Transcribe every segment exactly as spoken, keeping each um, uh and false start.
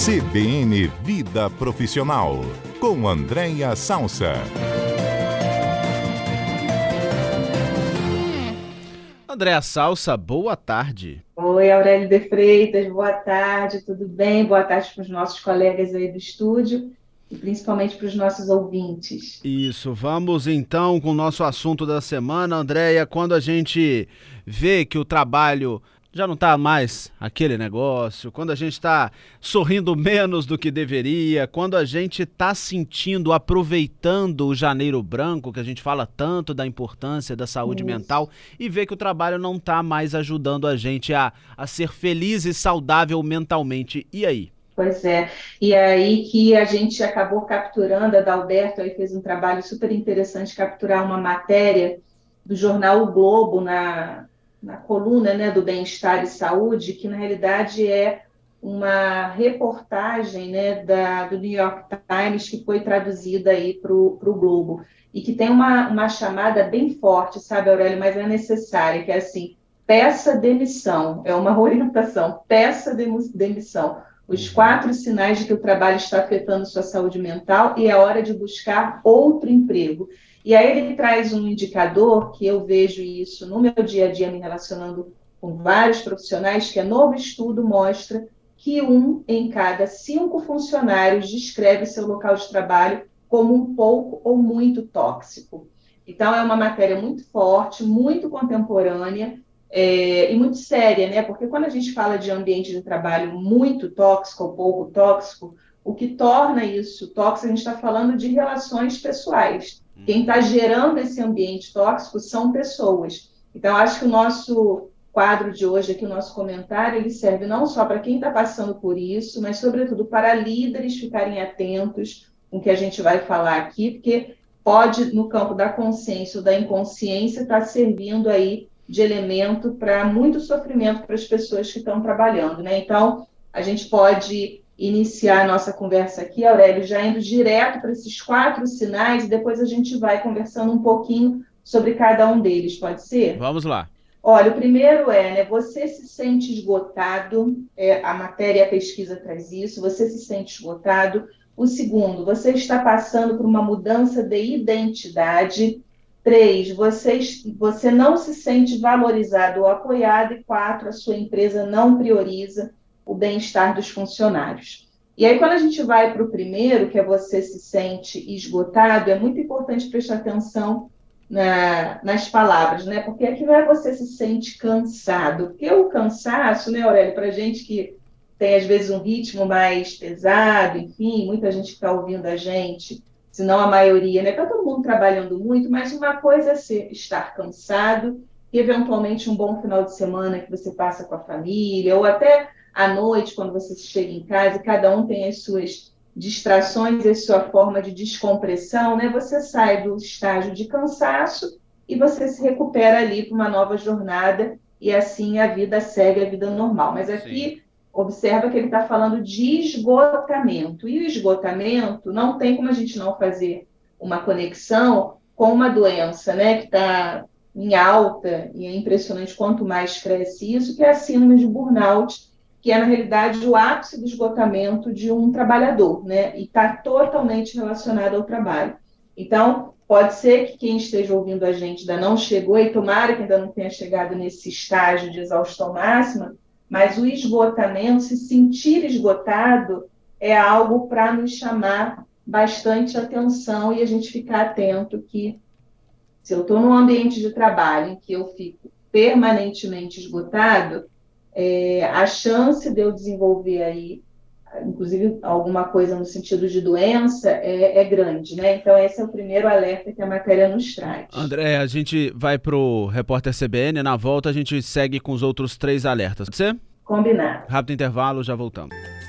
C B N Vida Profissional, com Andréia Salsa. Andréia Salsa, boa tarde. Oi, Aurélio de Freitas, boa tarde, tudo bem? Boa tarde para os nossos colegas aí do estúdio e principalmente para os nossos ouvintes. Isso, vamos então com o nosso assunto da semana, Andréia. Quando a gente vê que o trabalho já não está mais aquele negócio, quando a gente está sorrindo menos do que deveria, quando a gente está sentindo, aproveitando o janeiro branco, que a gente fala tanto da importância da saúde Isso. mental, e vê que o trabalho não está mais ajudando a gente a, a ser feliz e saudável mentalmente. E aí? Pois é, e aí que a gente acabou capturando, a Dalberto aí fez um trabalho super interessante, capturar uma matéria do jornal O Globo na... na coluna, né, do Bem-Estar e Saúde, que na realidade é uma reportagem, né, da, do New York Times, que foi traduzida aí para o Globo, e que tem uma, uma chamada bem forte, sabe, Aurélio, mas é necessária, que é assim, peça demissão, é uma orientação, peça demissão, os quatro sinais de que o trabalho está afetando sua saúde mental e é hora de buscar outro emprego. E aí ele traz um indicador, que eu vejo isso no meu dia a dia, me relacionando com vários profissionais, que é novo estudo mostra que um em cada cinco funcionários descreve seu local de trabalho como um pouco ou muito tóxico. Então, é uma matéria muito forte, muito contemporânea é, e muito séria, né? Porque quando a gente fala de ambiente de trabalho muito tóxico ou pouco tóxico, o que torna isso tóxico, a gente está falando de relações pessoais. Quem está gerando esse ambiente tóxico são pessoas. Então, acho que o nosso quadro de hoje aqui, o nosso comentário, ele serve não só para quem está passando por isso, mas, sobretudo, para líderes ficarem atentos com o que a gente vai falar aqui, porque pode, no campo da consciência ou da inconsciência, estar tá servindo aí de elemento para muito sofrimento para as pessoas que estão trabalhando, né? Então, a gente pode iniciar a nossa conversa aqui, Aurélio, já indo direto para esses quatro sinais e depois a gente vai conversando um pouquinho sobre cada um deles, pode ser? Vamos lá. Olha, o primeiro é, né, você se sente esgotado, é, a matéria, a pesquisa traz isso, você se sente esgotado. O segundo, você está passando por uma mudança de identidade. Três, você, você não se sente valorizado ou apoiado. E quatro, a sua empresa não prioriza o bem-estar dos funcionários. E aí, quando a gente vai para o primeiro, que é você se sente esgotado, é muito importante prestar atenção na, nas palavras, né? Porque aqui não é você se sente cansado, porque o cansaço, né, Aurélio, para gente que tem, às vezes, um ritmo mais pesado, enfim, muita gente que está ouvindo a gente, se não a maioria, né? Está todo mundo trabalhando muito, mas uma coisa é ser, estar cansado, e eventualmente um bom final de semana que você passa com a família, ou até à noite, quando você chega em casa, cada um tem as suas distrações, a sua forma de descompressão, né? Você sai do estágio de cansaço e você se recupera ali para uma nova jornada e assim a vida segue, a vida normal. Mas aqui, Sim. observa que ele está falando de esgotamento. E o esgotamento não tem como a gente não fazer uma conexão com uma doença, né? Que está em alta, e é impressionante quanto mais cresce isso, que é a síndrome de burnout, que é, na realidade, o ápice do esgotamento de um trabalhador, né? E está totalmente relacionado ao trabalho. Então, pode ser que quem esteja ouvindo a gente ainda não chegou, e tomara que ainda não tenha chegado nesse estágio de exaustão máxima, mas o esgotamento, se sentir esgotado, é algo para nos chamar bastante atenção e a gente ficar atento que, se eu estou num ambiente de trabalho em que eu fico permanentemente esgotado, É, a chance de eu desenvolver aí, inclusive alguma coisa no sentido de doença, é, é grande, né? Então esse é o primeiro alerta que a matéria nos traz. André, a gente vai para o Repórter C B N, na volta a gente segue com os outros três alertas. Pode ser? Combinado. Rápido intervalo, já voltamos.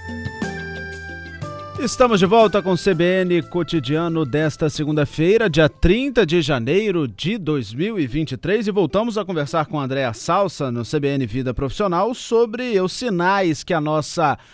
Estamos de volta com o C B N Cotidiano desta segunda-feira, dia trinta de janeiro de dois mil e vinte e três, e voltamos a conversar com a Andréia Salsa no C B N Vida Profissional sobre os sinais que a nossa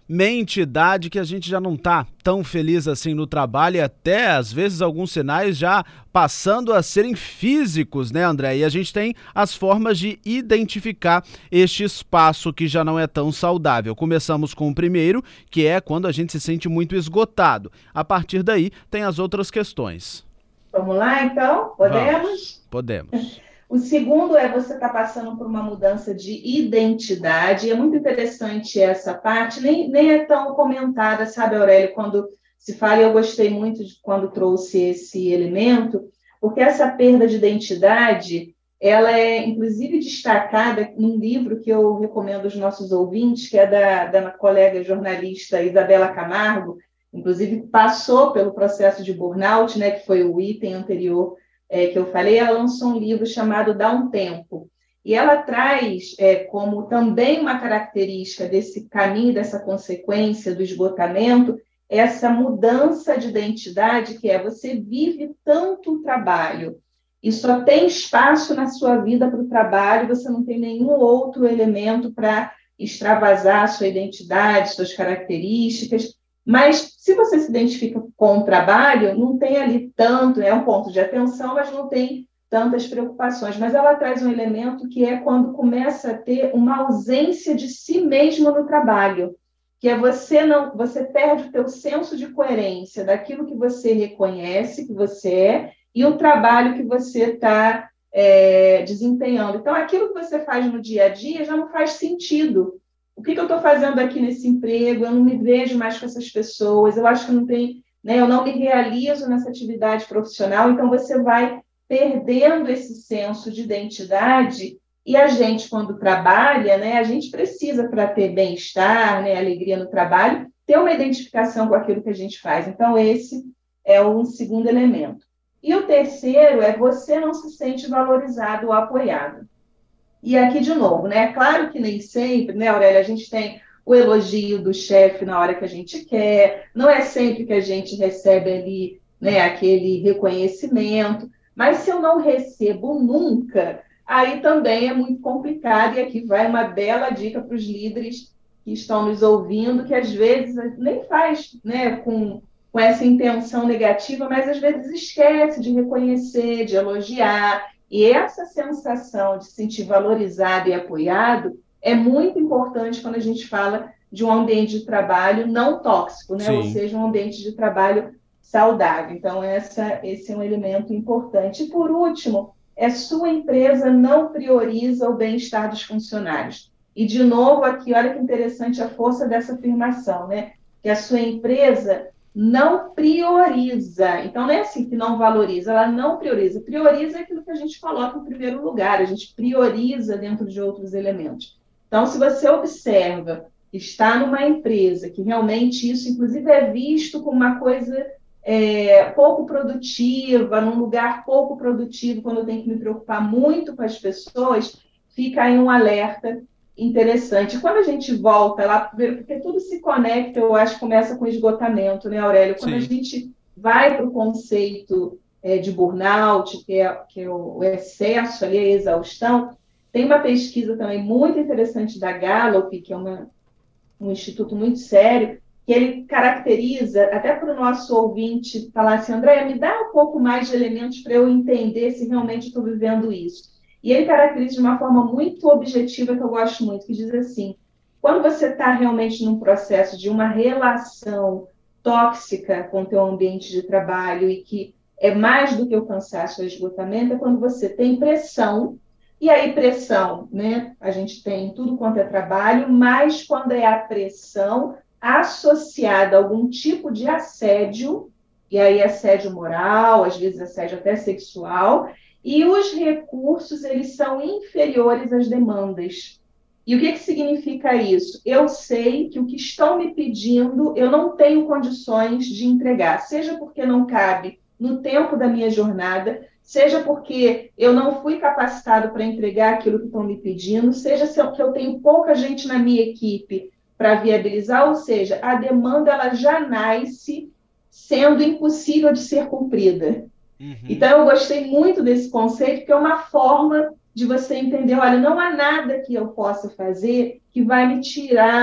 meia-idade que a gente já não está tão feliz assim no trabalho e até, às vezes, alguns sinais já passando a serem físicos, né, André? E a gente tem as formas de identificar este espaço que já não é tão saudável. Começamos com o primeiro, que é quando a gente se sente muito esgotado. A partir daí, tem as outras questões. Vamos lá, então? Podemos? Vamos, podemos. O segundo é você estar tá passando por uma mudança de identidade. É muito interessante essa parte, nem, nem é tão comentada, sabe, Aurélio, quando se fala, e eu gostei muito de quando trouxe esse elemento, porque essa perda de identidade, ela é, inclusive, destacada num livro que eu recomendo aos nossos ouvintes, que é da, da colega jornalista Isabela Camargo, inclusive passou pelo processo de burnout, né, que foi o item anterior É, que eu falei. Ela lançou um livro chamado Dá um Tempo, e ela traz é, como também uma característica desse caminho, dessa consequência do esgotamento, essa mudança de identidade, que é você vive tanto o trabalho e só tem espaço na sua vida para o trabalho, você não tem nenhum outro elemento para extravasar a sua identidade, suas características. Mas, se você se identifica com o trabalho, não tem ali tanto, é um ponto de atenção, mas não tem tantas preocupações. Mas ela traz um elemento que é quando começa a ter uma ausência de si mesmo no trabalho, que é você não, você perde o teu senso de coerência daquilo que você reconhece que você é e o trabalho que você está é, desempenhando. Então, aquilo que você faz no dia a dia já não faz sentido. O que, que eu estou fazendo aqui nesse emprego? Eu não me vejo mais com essas pessoas, eu acho que não tem, né, eu não me realizo nessa atividade profissional, então você vai perdendo esse senso de identidade, e a gente, quando trabalha, né, a gente precisa, para ter bem-estar, né, alegria no trabalho, ter uma identificação com aquilo que a gente faz. Então, esse é um segundo elemento. E o terceiro é você não se sente valorizado ou apoiado. E aqui, de novo, né? Claro que nem sempre, né, Aurélia, a gente tem o elogio do chefe na hora que a gente quer, não é sempre que a gente recebe ali, né, aquele reconhecimento, mas se eu não recebo nunca, aí também é muito complicado, e aqui vai uma bela dica para os líderes que estão nos ouvindo, que às vezes nem faz, né, com, com essa intenção negativa, mas às vezes esquece de reconhecer, de elogiar. E essa sensação de se sentir valorizado e apoiado é muito importante quando a gente fala de um ambiente de trabalho não tóxico, né? Ou seja, um ambiente de trabalho saudável. Então, essa, esse é um elemento importante. E, por último, é sua empresa não prioriza o bem-estar dos funcionários. E, de novo, aqui, olha que interessante a força dessa afirmação, né? Que a sua empresa não prioriza. Então, não é assim que não valoriza, ela não prioriza. Prioriza aquilo que a gente coloca em primeiro lugar, a gente prioriza dentro de outros elementos. Então, se você observa que está numa empresa que realmente isso, inclusive, é visto como uma coisa é, pouco produtiva, num lugar pouco produtivo, quando eu tenho que me preocupar muito com as pessoas, fica aí um alerta interessante. Quando a gente volta lá, porque tudo se conecta, eu acho que começa com esgotamento, né, Aurélio? Quando Sim. a gente vai para o conceito é, de burnout, que é, que é o, o excesso, ali, a exaustão, tem uma pesquisa também muito interessante da Gallup, que é uma, um instituto muito sério, que ele caracteriza, até para o nosso ouvinte falar assim, Andréia, me dá um pouco mais de elementos para eu entender se realmente estou vivendo isso. E ele caracteriza de uma forma muito objetiva, que eu gosto muito, que diz assim, quando você está realmente num processo de uma relação tóxica com o teu ambiente de trabalho e que é mais do que o cansaço ou esgotamento, é quando você tem pressão, e aí pressão, né, a gente tem tudo quanto é trabalho, mas quando é a pressão associada a algum tipo de assédio, e aí assédio moral, às vezes assédio até sexual, e os recursos, eles são inferiores às demandas. E o que, que significa isso? Eu sei que o que estão me pedindo, eu não tenho condições de entregar, seja porque não cabe no tempo da minha jornada, seja porque eu não fui capacitado para entregar aquilo que estão me pedindo, seja que eu tenho pouca gente na minha equipe para viabilizar, ou seja, a demanda ela já nasce sendo impossível de ser cumprida. Uhum. Então, eu gostei muito desse conceito, porque é uma forma de você entender, olha, não há nada que eu possa fazer que vai me tirar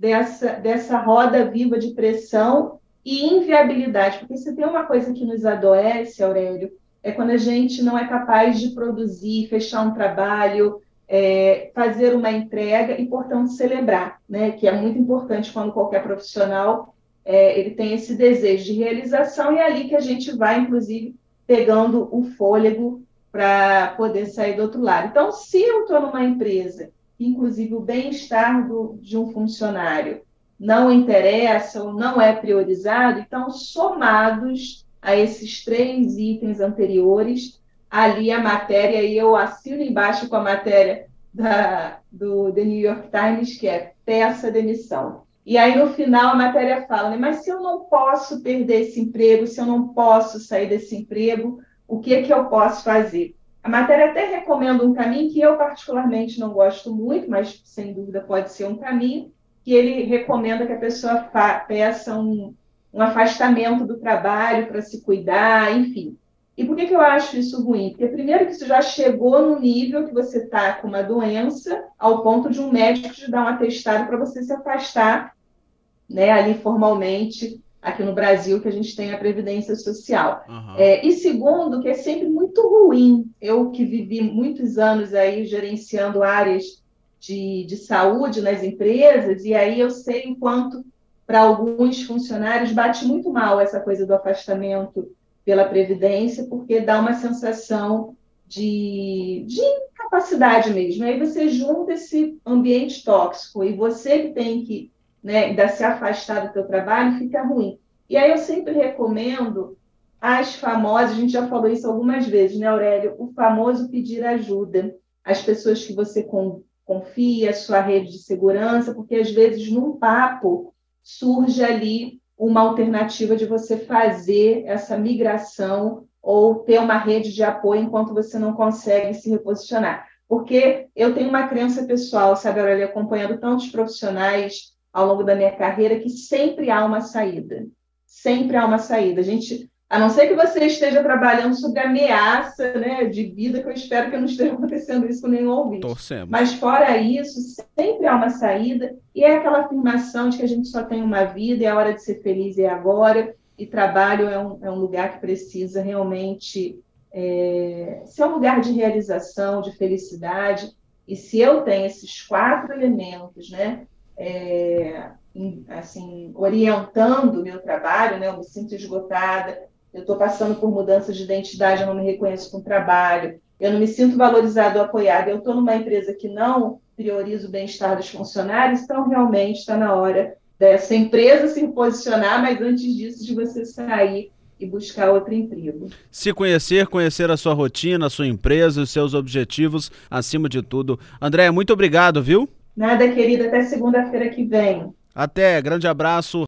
dessa, dessa roda viva de pressão e inviabilidade. Porque se tem uma coisa que nos adoece, Aurélio, é quando a gente não é capaz de produzir, fechar um trabalho, é, fazer uma entrega e, portanto, celebrar, né? Que é muito importante quando qualquer profissional é, ele tem esse desejo de realização, e é ali que a gente vai, inclusive, pegando o fôlego para poder sair do outro lado. Então, se eu estou numa empresa, inclusive o bem-estar do, de um funcionário não interessa ou não é priorizado, então, somados a esses três itens anteriores, ali a matéria, e eu assino embaixo com a matéria da, do The New York Times, que é peça demissão. E aí, no final, a matéria fala, né, mas se eu não posso perder esse emprego, se eu não posso sair desse emprego, o que, que eu posso fazer? A matéria até recomenda um caminho que eu particularmente não gosto muito, mas sem dúvida pode ser um caminho, que ele recomenda que a pessoa peça um, um afastamento do trabalho para se cuidar, enfim. E por que, que eu acho isso ruim? Porque primeiro que isso já chegou no nível que você está com uma doença, ao ponto de um médico te dar um atestado para você se afastar, né, ali formalmente, aqui no Brasil, que a gente tem a Previdência Social. Uhum. É, e segundo, que é sempre muito ruim, eu que vivi muitos anos aí gerenciando áreas de, de saúde nas empresas, e aí eu sei o quanto, para alguns funcionários, bate muito mal essa coisa do afastamento pela Previdência, porque dá uma sensação de, de incapacidade mesmo. Aí você junta esse ambiente tóxico e você que tem que, né, ainda se afastar do teu trabalho, fica ruim. E aí eu sempre recomendo as famosas, a gente já falou isso algumas vezes, né, Aurélio? O famoso pedir ajuda. As pessoas que você confia, a sua rede de segurança, porque às vezes num papo surge ali uma alternativa de você fazer essa migração ou ter uma rede de apoio enquanto você não consegue se reposicionar. Porque eu tenho uma crença pessoal, sabe, Aurélio, acompanhando tantos profissionais ao longo da minha carreira, que sempre há uma saída. Sempre há uma saída. A gente, a não ser que você esteja trabalhando sobre ameaça, né, de vida, que eu espero que não esteja acontecendo isso com nenhum ouvinte. Torcemos. Mas fora isso, sempre há uma saída, e é aquela afirmação de que a gente só tem uma vida, e a hora de ser feliz é agora, e trabalho é um, é um lugar que precisa realmente é, ser um lugar de realização, de felicidade. E se eu tenho esses quatro elementos, né, É, assim, orientando o meu trabalho, né? Eu me sinto esgotada, eu estou passando por mudanças de identidade, eu não me reconheço com o trabalho, eu não me sinto valorizado ou apoiado, eu estou numa empresa que não prioriza o bem-estar dos funcionários, então realmente está na hora dessa empresa se posicionar, mas antes disso de você sair e buscar outro emprego. Se conhecer, conhecer a sua rotina, a sua empresa, os seus objetivos, acima de tudo. Andréia, muito obrigado, viu? Nada, querida, até segunda-feira que vem. Até, grande abraço.